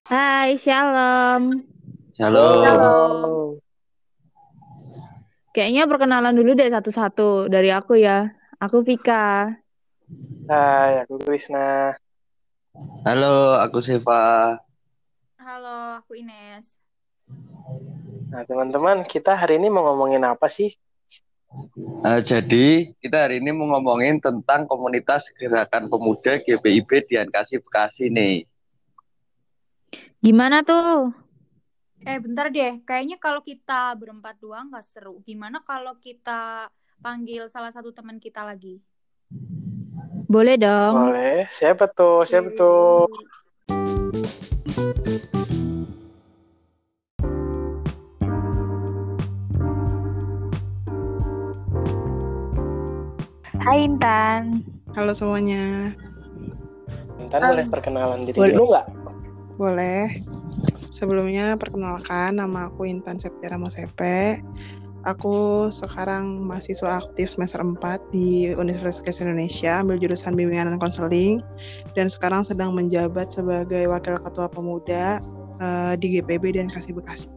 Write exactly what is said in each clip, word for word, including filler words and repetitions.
Hai, Shalom. Halo. Halo. Kayaknya perkenalan dulu deh satu-satu dari aku ya. Aku Vika. Hai, aku Krisna. Halo, aku Siva. Halo, aku Ines. Nah, teman-teman, kita hari ini mau ngomongin apa sih? Eh, jadi kita hari ini mau ngomongin tentang komunitas gerakan pemuda G P I B Dian Kasih Bekasi nih. Gimana tuh? Eh, bentar deh. Kayaknya kalau kita berempat doang nggak seru. Gimana kalau kita panggil salah satu teman kita lagi? Boleh dong. Boleh. Siapa tuh? Siapa tuh? Hai Intan. Halo semuanya, Intan Um, boleh perkenalan diri boleh. dulu nggak? boleh. Sebelumnya perkenalkan, nama aku Intan Septiara Mosepe. Aku sekarang mahasiswa aktif semester empat di Universitas Kristen Indonesia, ambil jurusan bimbingan dan konseling, dan sekarang sedang menjabat sebagai Wakil Ketua Pemuda uh, di G P I B dan Kasih Bekasi.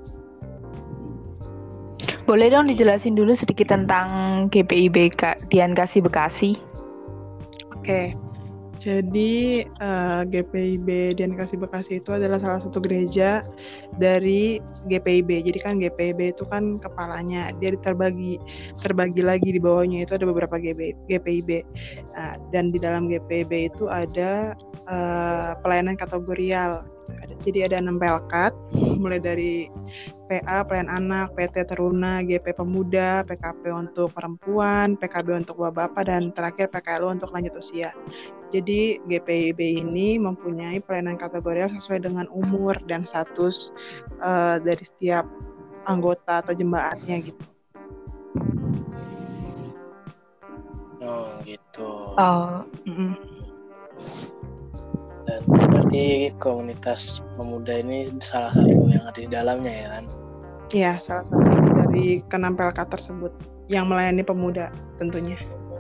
Boleh dong dijelasin dulu sedikit tentang G P I B Dian Kasih Bekasi. Oke, jadi uh, G P I B Dian Kasih Bekasi itu adalah salah satu gereja dari G P I B. Jadi kan G P I B itu kan kepalanya, dia terbagi terbagi lagi di bawahnya itu ada beberapa G P I B. Nah, dan di dalam G P I B itu ada uh, pelayanan kategorial. Jadi ada enam pelkat, mulai dari P A, pelayan anak, P T Teruna, G P Pemuda, P K P untuk perempuan, P K B untuk bapak-bapak, dan terakhir P K L U untuk lanjut usia. Jadi G P I B ini mempunyai pelayanan kategorial sesuai dengan umur dan status uh, dari setiap anggota atau jemaatnya gitu. Oh, gitu. Oh, mm-mm. Dan berarti komunitas pemuda ini salah satu yang ada di dalamnya ya kan? Iya, salah satu dari keenam pelkat tersebut yang melayani pemuda tentunya.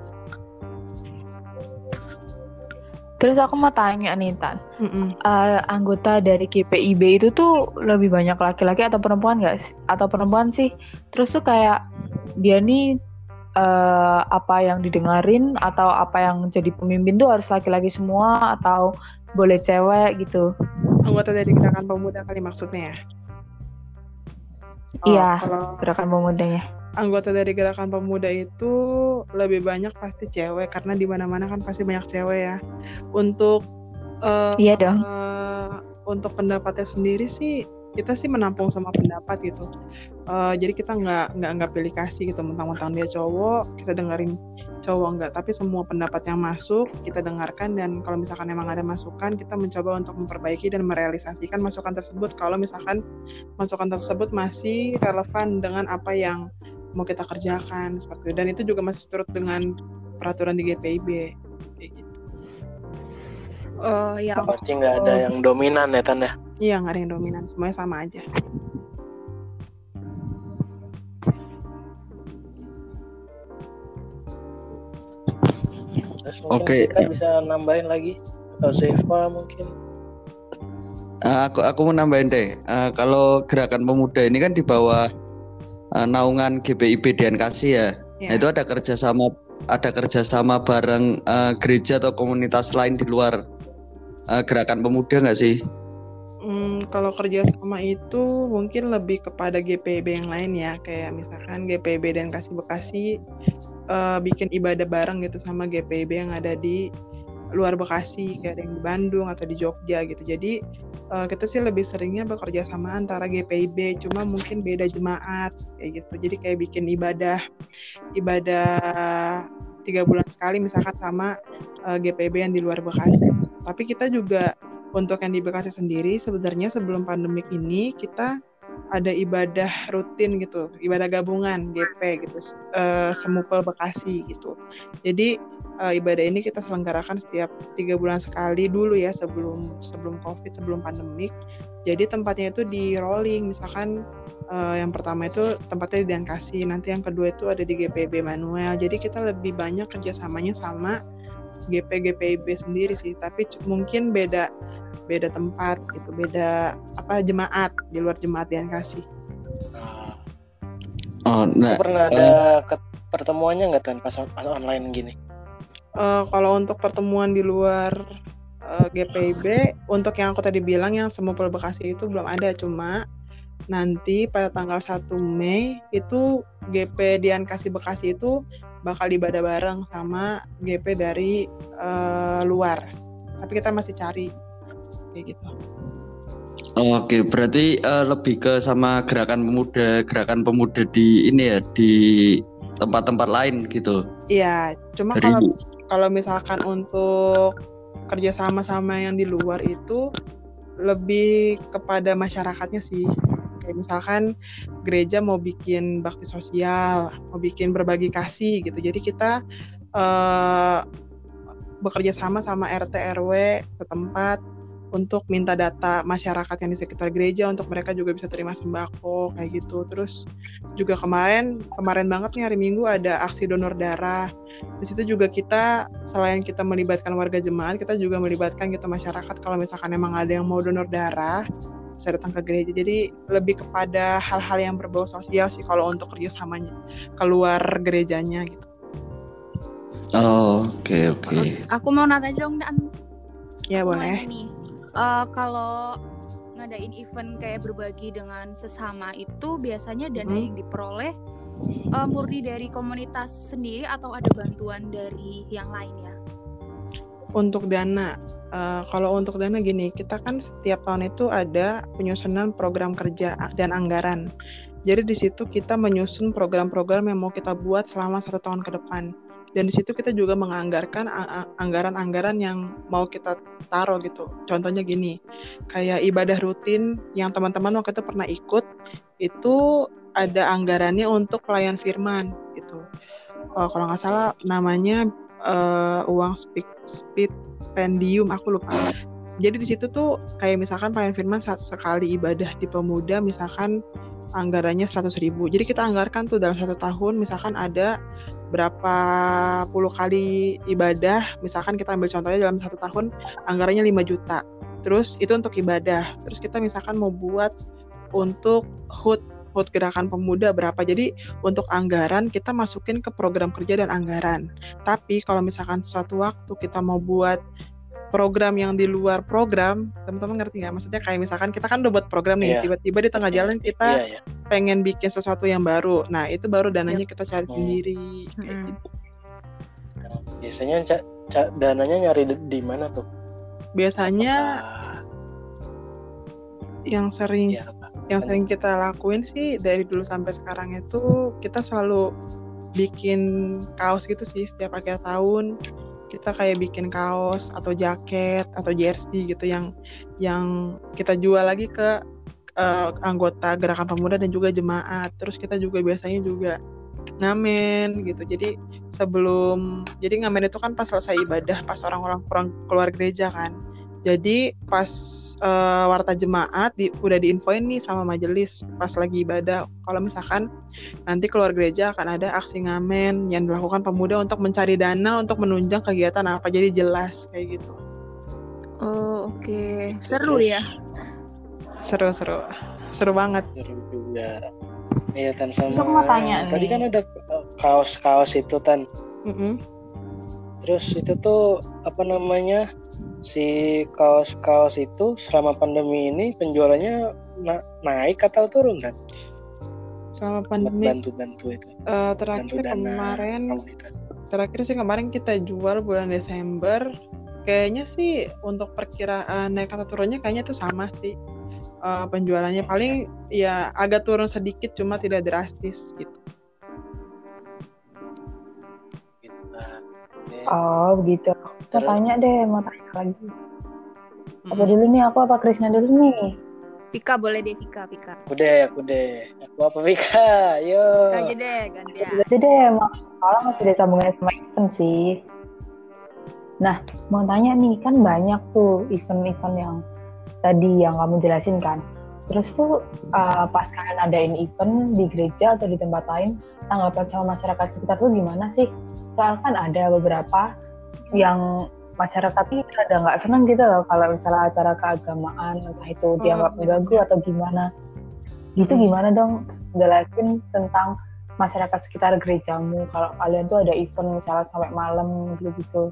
terus aku mau tanya nih Tan. Mm-mm. Uh, anggota dari G P I B itu tuh lebih banyak laki-laki atau perempuan nggak sih? Atau perempuan sih? Terus tuh kayak dia nih uh, apa yang didengarin atau apa yang jadi pemimpin tuh harus laki-laki semua atau boleh cewek gitu? Anggota dari gerakan pemuda kali maksudnya ya? Oh, Iya, kalau gerakan pemudanya. anggota dari gerakan pemuda itu lebih banyak pasti cewek, karena di mana-mana kan pasti banyak cewek ya. Untuk uh, Iya dong. uh, untuk pendapatnya sendiri sih kita sih menampung sama pendapat gitu. Uh, jadi kita nggak nggak nggak pilih kasih gitu, mentang-mentang dia cowok kita dengerin cowok nggak, tapi semua pendapat yang masuk kita dengarkan, dan kalau misalkan emang ada masukan kita mencoba untuk memperbaiki dan merealisasikan masukan tersebut kalau misalkan masukan tersebut masih relevan dengan apa yang mau kita kerjakan seperti itu, dan itu juga masih turut dengan peraturan di G P I B kayak gitu. Oh ya. Berarti nggak ada yang dominan ya Tan ya? Iya, nggak ada yang dominan, semuanya sama aja. Terus mungkin Oke. kita bisa nambahin lagi, atau Siva mungkin? Uh, aku aku mau nambahin deh. Uh, kalau gerakan pemuda ini kan di bawah uh, naungan G P I B Dian Kasih ya. Ya. Nah, itu ada kerjasama ada kerjasama bareng uh, gereja atau komunitas lain di luar uh, gerakan pemuda nggak sih? Hmm, kalau kerjasama itu mungkin lebih kepada G P I B yang lain ya, kayak misalkan G P I B dan Kasih Bekasi uh, bikin ibadah bareng gitu sama G P I B yang ada di luar Bekasi, kayak ada yang di Bandung atau di Jogja gitu. Jadi uh, kita sih lebih seringnya bekerja sama antara G P I B, cuma mungkin beda jemaat kayak gitu. Jadi kayak bikin ibadah ibadah tiga bulan sekali misalkan sama uh, G P I B yang di luar Bekasi. Tapi kita juga untuk yang di Bekasi sendiri sebenarnya sebelum pandemik ini kita ada ibadah rutin gitu, ibadah gabungan G P gitu, uh, Semupel Bekasi gitu. Jadi uh, ibadah ini kita selenggarakan setiap tiga bulan sekali dulu ya, sebelum sebelum COVID, sebelum pandemik. Jadi tempatnya itu di rolling, misalkan uh, yang pertama itu tempatnya di Dian Kasih, nanti yang kedua itu ada di G P I B Manuel. Jadi kita lebih banyak kerjasamanya sama G P G P I B sendiri sih, tapi c- mungkin beda beda tempat gitu, beda apa jemaat di luar jemaat yang kasih. Nah, Oh, lu nah, pernah eh, ada ke- pertemuannya nggak Tan pas, on- pas online gini? Eh, kalau untuk pertemuan di luar eh, G P I B, untuk yang aku tadi bilang yang Semupel Bekasi itu belum ada, cuma nanti pada tanggal satu Mei itu G P Dian Kasih Bekasi itu bakal ibadah bareng sama G P dari eh, luar. Tapi kita masih cari kayak gitu. oke, berarti eh, lebih ke sama gerakan pemuda, gerakan pemuda di ini ya, di tempat-tempat lain gitu. Iya, cuma Dari kalau kalau misalkan untuk kerja sama sama yang di luar itu lebih kepada masyarakatnya sih. Kayak misalkan gereja mau bikin bakti sosial, mau bikin berbagi kasih gitu. Jadi kita eh, bekerja sama sama R T R W setempat untuk minta data masyarakat yang di sekitar gereja untuk mereka juga bisa terima sembako kayak gitu. Terus juga kemarin kemarin banget nih hari Minggu ada aksi donor darah. Di situ juga kita selain kita melibatkan warga jemaat, kita juga melibatkan gitu masyarakat kalau misalkan emang ada yang mau donor darah bisa datang ke gereja. Jadi lebih kepada hal-hal yang berbau sosial sih kalau untuk kerjasamanya keluar gerejanya gitu. Oh, oke oke. Aku mau nanya dong, Dan. Ya Mau boleh. nanya nih, eh, kalau ngadain event kayak berbagi dengan sesama itu biasanya dana Mhm. yang diperoleh eh, murni dari komunitas sendiri atau ada bantuan dari yang lain ya? Untuk dana, eh, kalau untuk dana gini, kita kan setiap tahun itu ada penyusunan program kerja dan anggaran. Jadi di situ kita menyusun program-program yang mau kita buat selama satu tahun ke depan. Dan di situ kita juga menganggarkan a- a- anggaran-anggaran yang mau kita taruh gitu. Contohnya gini, kayak ibadah rutin yang teman-teman waktu itu pernah ikut, itu ada anggarannya untuk pelayan firman gitu. Eh, kalau nggak salah namanya eh, uang speak stipendium, aku lupa. Jadi di situ tuh kayak misalkan pelayan firman saat sekali ibadah di pemuda misalkan anggarannya seratus ribu. Jadi kita anggarkan tuh dalam satu tahun misalkan ada berapa puluh kali ibadah. Misalkan kita ambil contohnya dalam satu tahun anggarannya lima juta. Terus itu untuk ibadah. Terus kita misalkan mau buat untuk H U T, H U T gerakan pemuda berapa. Jadi untuk anggaran kita masukin ke program kerja dan anggaran. Tapi kalau misalkan suatu waktu kita mau buat program yang di luar program, teman-teman ngerti nggak? Maksudnya kayak misalkan kita kan udah buat program nih, Iya. tiba-tiba di tengah jalan kita Iya, iya. pengen bikin sesuatu yang baru. Nah itu baru dananya kita cari Hmm. sendiri. Kayak Mm-mm. gitu. Biasanya ca- ca- dananya nyari di, di mana tuh? Biasanya Ah, yang sering iya, apa? yang sering kita lakuin sih dari dulu sampai sekarang itu kita selalu bikin kaos gitu sih setiap akhir tahun. Kita kayak bikin kaos atau jaket atau jersey gitu yang yang kita jual lagi ke eh, anggota gerakan pemuda dan juga jemaat. Terus kita juga biasanya juga ngamen gitu. Jadi sebelum jadi ngamen itu kan pas selesai ibadah, pas orang-orang kurang keluar gereja kan. Jadi pas eh, warta jemaat di, udah diinfoin nih sama majelis pas lagi ibadah kalau misalkan nanti keluar gereja akan ada aksi ngamen yang dilakukan pemuda untuk mencari dana untuk menunjang kegiatan apa, jadi jelas kayak gitu. Oh, oke. Seru Terus, ya. Seru-seru, seru banget. Seru juga. Iya Tan, sama Aku mau tanya tadi nih. kan ada eh, kaos-kaos itu Tan. Mm-mm. Terus itu tuh apa namanya, si kaos-kaos itu selama pandemi ini penjualannya na- naik atau turun Tan? Selama Buat pandemi bantu-bantu itu, eh, bantu terakhir dana kemarin komunitas. terakhir sih kemarin kita jual bulan Desember. Kayaknya sih untuk perkiraan naik atau turunnya kayaknya tuh sama sih. Eh, penjualannya paling ya agak turun sedikit cuma tidak drastis gitu. Gitu. Nah, oke. Oh begitu. Mau Terus- tanya deh, mau tanya lagi. Apa Mm-mm. dulu nih? Aku apa Krisna dulu nih? Vika boleh deh, Vika, Vika. Aku deh, aku deh. Aku apa Vika? Yo. Vika aja deh, gantian. Jadi deh, mau soalnya masih ada sambungannya sama event sih. Nah, mau tanya nih, kan banyak tuh event-event yang tadi yang kamu jelasin kan. Terus tuh uh, pas kalian adain event di gereja atau di tempat lain, tanggapan sama masyarakat sekitar tuh gimana sih? Soalnya kan ada beberapa yang masyarakat ini ada nggak senang gitu loh kalau misalnya acara keagamaan entah itu Oh, dianggap iya, mengganggu iya. atau gimana gitu. Mm-mm. Gimana dong jelasin tentang masyarakat sekitar gerejamu kalau kalian tuh ada event misalnya sampai malam gitu-gitu.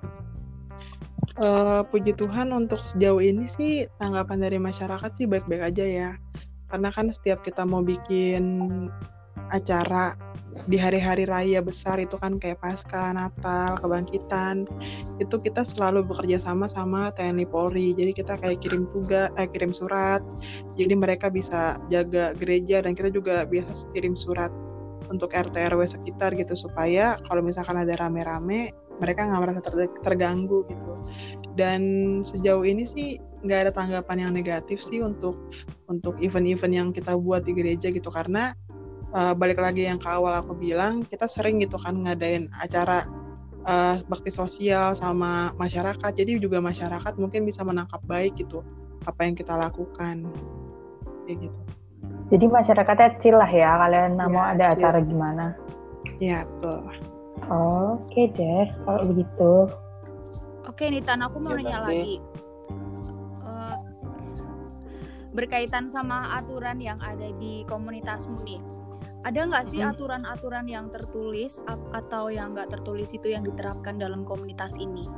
Eh, puji Tuhan untuk sejauh ini sih tanggapan dari masyarakat sih baik-baik aja ya. Karena kan setiap kita mau bikin acara di hari-hari raya besar itu kan kayak Paskah, Natal, Kebangkitan, itu kita selalu bekerja sama sama T N I Polri. Jadi kita kayak kirim tugas, eh, kirim surat. Jadi mereka bisa jaga gereja dan kita juga biasa kirim surat untuk R T R W sekitar gitu supaya kalau misalkan ada rame-rame mereka nggak merasa ter- terganggu gitu. Dan sejauh ini sih nggak ada tanggapan yang negatif sih untuk untuk event-event yang kita buat di gereja gitu, karena uh, balik lagi yang ke awal aku bilang, kita sering gitu kan ngadain acara uh, bakti sosial sama masyarakat, jadi juga masyarakat mungkin bisa menangkap baik gitu apa yang kita lakukan kayak gitu. Jadi masyarakatnya chill lah ya, kalian Ya, mau ada chill. acara gimana. Ya betul. Oke deh kalau begitu. Oke nih Tan, aku mau Ya, nanya berarti- lagi. Eh, berkaitan sama aturan yang ada di komunitasmu nih. Ada nggak sih Hmm. aturan-aturan yang tertulis ap- atau yang nggak tertulis itu yang diterapkan dalam komunitas ini?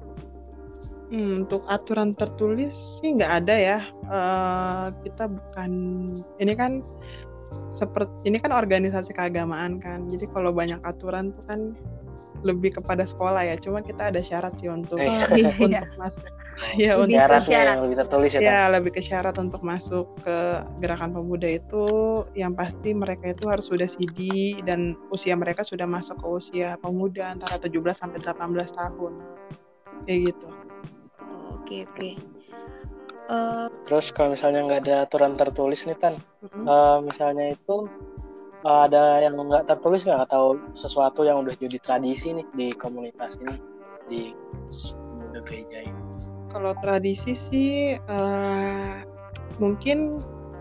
Hmm, untuk aturan tertulis sih nggak ada ya. Eh, kita bukan, ini kan seperti ini kan organisasi keagamaan kan. Jadi kalau banyak aturan tuh kan lebih kepada sekolah ya. Cuma kita ada syarat sih untuk Eh, Oh, iya. untuk masuk. Ya Lebih untuk ke syaratnya syarat. yang lebih tertulis ya, Tan? ya lebih ke syarat untuk masuk ke gerakan pemuda itu yang pasti mereka itu harus sudah C D dan usia mereka sudah masuk ke usia pemuda antara tujuh belas sampai delapan belas tahun. Kayak gitu. Oh, Oke oke. Eh, Terus kalau misalnya nggak ada aturan tertulis nih, Tan, Mm-mm. eh, misalnya itu eh, ada yang nggak tertulis nggak, atau sesuatu yang udah jadi tradisi nih di komunitas ini, di pemuda gereja ini? Kalau tradisi sih eh, mungkin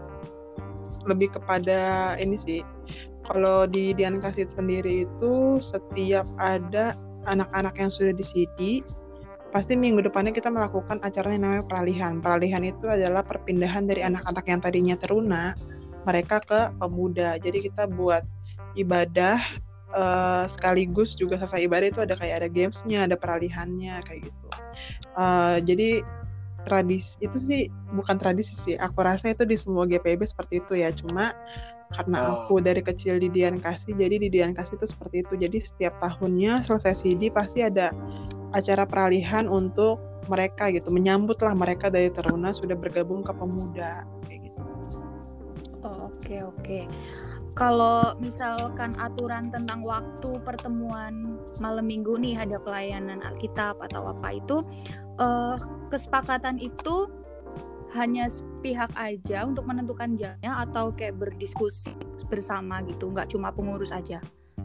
lebih kepada ini sih. Kalau di Dian Kasit sendiri itu setiap ada anak-anak yang sudah di C D, pasti minggu depannya kita melakukan acara yang namanya peralihan. Peralihan itu adalah perpindahan dari anak-anak yang tadinya teruna mereka ke pemuda. Jadi kita buat ibadah eh, sekaligus juga selesai ibadah itu ada kayak ada gamesnya, ada peralihannya kayak gitu. Uh, jadi tradisi itu sih bukan tradisi sih, aku rasa itu di semua G P I B seperti itu ya. Cuma karena Oh. aku dari kecil di Dian Kasih, jadi di Dian Kasih itu seperti itu. Jadi setiap tahunnya selesai C D pasti ada acara peralihan untuk mereka gitu, menyambutlah mereka dari teruna sudah bergabung ke pemuda kayak gitu. oh, Oke oke. Kalau misalkan aturan tentang waktu pertemuan malam minggu nih ada pelayanan Alkitab atau apa itu, eh, kesepakatan itu hanya pihak aja untuk menentukan jamnya atau kayak berdiskusi bersama gitu, nggak cuma pengurus aja?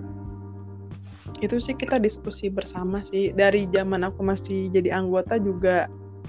Itu sih kita diskusi bersama sih. Dari zaman aku masih jadi anggota juga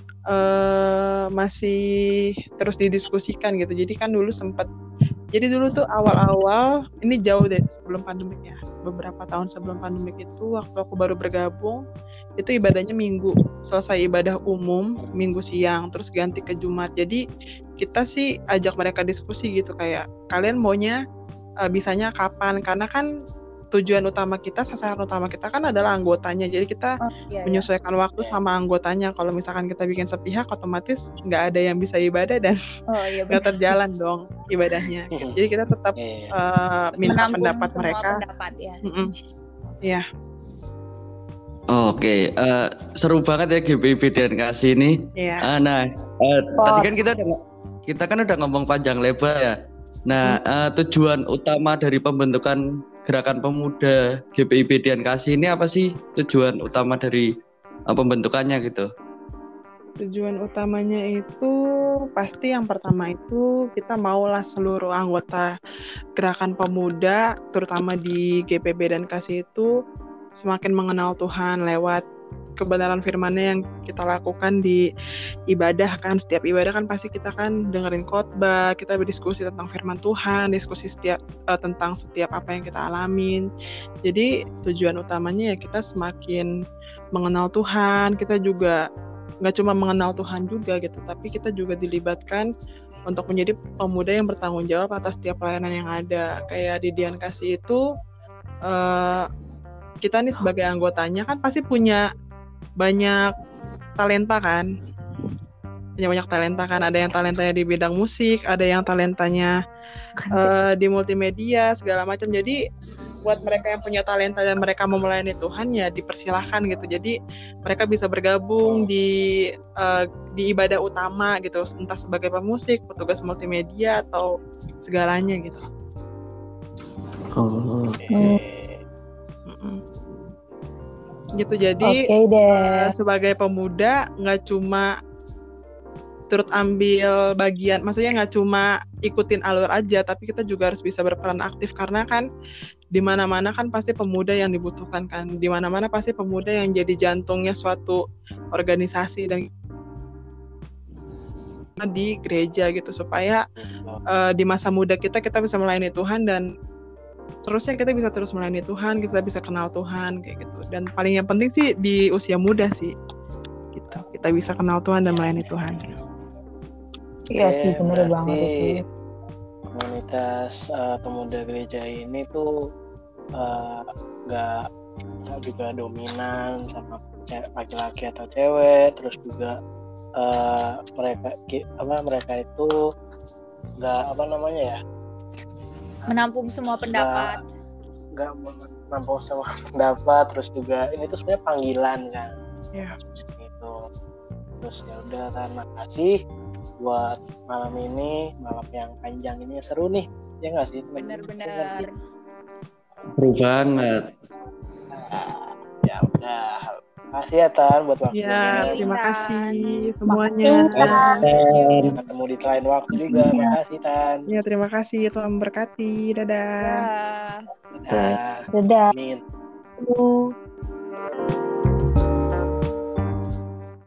eh, masih terus didiskusikan gitu. Jadi kan dulu sempat, jadi dulu tuh awal-awal, ini jauh dari sebelum pandemik ya, beberapa tahun sebelum pandemik itu waktu aku baru bergabung, itu ibadahnya minggu, selesai ibadah umum minggu siang, terus ganti ke Jumat. Jadi kita sih ajak mereka diskusi gitu, kayak kalian maunya uh, bisanya kapan, karena kan tujuan utama kita, sasaran utama kita kan adalah anggotanya. Jadi kita Oh, iya, iya. menyesuaikan waktu sama anggotanya. Kalau misalkan kita bikin sepihak, otomatis nggak ada yang bisa ibadah dan Oh iya nggak benar. terjalan dong ibadahnya. Jadi kita tetap Iya. uh, minta Menampung pendapat semua mereka. pendapat ya. Mm-mm. Iya. Oke, eh, seru banget ya G P I B Dian Kasih ini. Iya. Ah, nah, eh, tadi kan kita udah kita kan udah ngomong panjang lebar ya. Nah, eh, tujuan utama dari pembentukan Gerakan Pemuda G P I B Dian Kasih ini apa sih? Tujuan utama dari eh, pembentukannya gitu? Tujuan utamanya itu pasti yang pertama itu kita maulah seluruh anggota Gerakan Pemuda, terutama di G P B dan Kasih itu semakin mengenal Tuhan lewat kebenaran firman-Nya yang kita lakukan di ibadah kan. Setiap ibadah kan pasti kita kan dengerin khotbah, kita berdiskusi tentang firman Tuhan, diskusi setiap uh, tentang setiap apa yang kita alamin. Jadi tujuan utamanya ya kita semakin mengenal Tuhan, kita juga nggak cuma mengenal Tuhan juga gitu, tapi kita juga dilibatkan untuk menjadi pemuda yang bertanggung jawab atas setiap pelayanan yang ada. Kayak di Dian Kasih itu uh, kita nih sebagai anggotanya kan pasti punya banyak talenta kan, punya banyak talenta kan. Ada yang talentanya di bidang musik, ada yang talentanya uh, di multimedia segala macam. Jadi buat mereka yang punya talenta dan mereka mau melayani Tuhan ya dipersilahkan gitu. Jadi mereka bisa bergabung di uh, di ibadah utama gitu, entah sebagai pemusik, petugas multimedia atau segalanya gitu. Oh. Hmm. Gitu. Jadi okay, uh, sebagai pemuda nggak cuma turut ambil bagian, maksudnya nggak cuma ikutin alur aja, tapi kita juga harus bisa berperan aktif, karena kan di mana-mana kan pasti pemuda yang dibutuhkan kan, di mana-mana pasti pemuda yang jadi jantungnya suatu organisasi dan di gereja gitu, supaya uh, di masa muda kita kita bisa melayani Tuhan, dan terusnya kita bisa terus melayani Tuhan, kita bisa kenal Tuhan kayak gitu. Dan paling yang penting sih di usia muda sih gitu, kita bisa kenal Tuhan dan melayani Tuhan. Iya sih, bener banget itu. Komunitas uh, pemuda gereja ini tuh nggak uh, juga dominan sama ce- laki-laki atau cewek, terus juga uh, mereka apa mereka itu nggak apa namanya ya menampung semua pendapat, nggak menampung semua pendapat, terus juga ini tuh sebenarnya panggilan kan, ya. Gitu. Terus ya udah, terima kasih buat malam ini, malam yang panjang ini, seru nih ya nggak sih? benar-benar Seru banget. Nah, ya udah, makasih ya Tan buat waktunya. Ya, terima kasih semuanya. Makasih. Ketemu di lain waktu juga. Makasih Tan. Ya, terima kasih. Tuhan memberkati. Dadah. ya. Dadah. Dadah. Amin. Dadah.